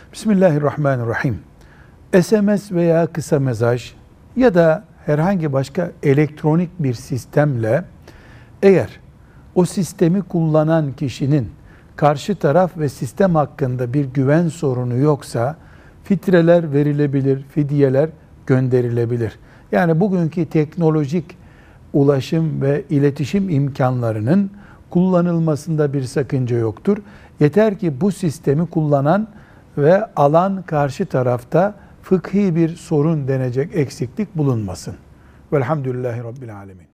Bismillahirrahmanirrahim. SMS veya kısa mesaj ya da herhangi başka elektronik bir sistemle eğer o sistemi kullanan kişinin karşı taraf ve sistem hakkında bir güven sorunu yoksa fitreler verilebilir, fidyeler gönderilebilir. Yani bugünkü teknolojik ulaşım ve iletişim imkanlarının kullanılmasında bir sakınca yoktur. Yeter ki bu sistemi kullanan ve alan karşı tarafta fıkhi bir sorun denecek eksiklik bulunmasın. Velhamdülillahi Rabbil Alemin.